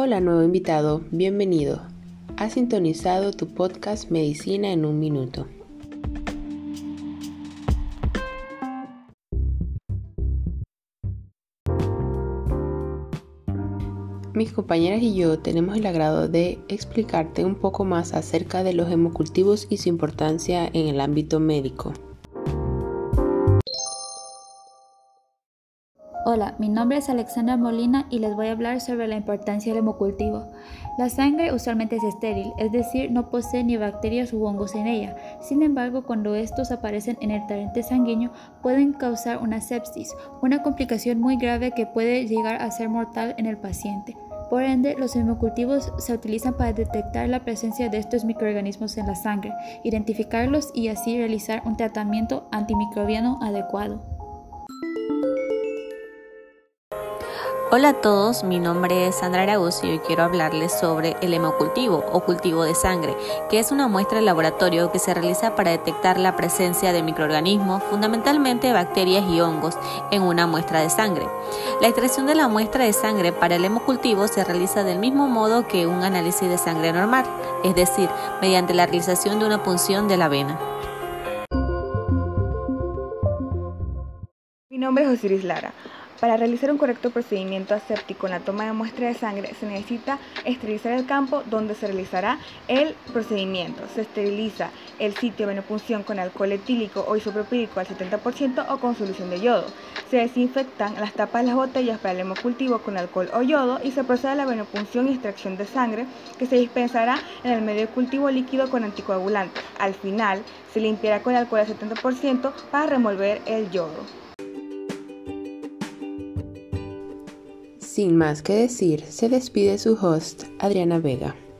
Hola nuevo invitado, bienvenido. Has sintonizado tu podcast Medicina en un Minuto. Mis compañeras y yo tenemos el agrado de explicarte un poco más acerca de los hemocultivos y su importancia en el ámbito médico. Hola, mi nombre es Alexandra Molina y les voy a hablar sobre la importancia del hemocultivo. La sangre usualmente es estéril, es decir, no posee ni bacterias u hongos en ella. Sin embargo, cuando estos aparecen en el torrente sanguíneo, pueden causar una sepsis, una complicación muy grave que puede llegar a ser mortal en el paciente. Por ende, los hemocultivos se utilizan para detectar la presencia de estos microorganismos en la sangre, identificarlos y así realizar un tratamiento antimicrobiano adecuado. Hola a todos, mi nombre es Sandra Araúz y hoy quiero hablarles sobre el hemocultivo o cultivo de sangre, que es una muestra de laboratorio que se realiza para detectar la presencia de microorganismos, fundamentalmente bacterias y hongos, en una muestra de sangre. La extracción de la muestra de sangre para el hemocultivo se realiza del mismo modo que un análisis de sangre normal, es decir, mediante la realización de una punción de la vena. Mi nombre es Osiris Lara. Para realizar un correcto procedimiento aséptico en la toma de muestra de sangre se necesita esterilizar el campo donde se realizará el procedimiento. Se esteriliza el sitio de venopunción con alcohol etílico o isopropílico al 70% o con solución de yodo. Se desinfectan las tapas de las botellas para el hemocultivo con alcohol o yodo y se procede a la venopunción y extracción de sangre que se dispensará en el medio de cultivo líquido con anticoagulante. Al final se limpiará con alcohol al 70% para remover el yodo. Sin más que decir, se despide su host, Adriana Vega.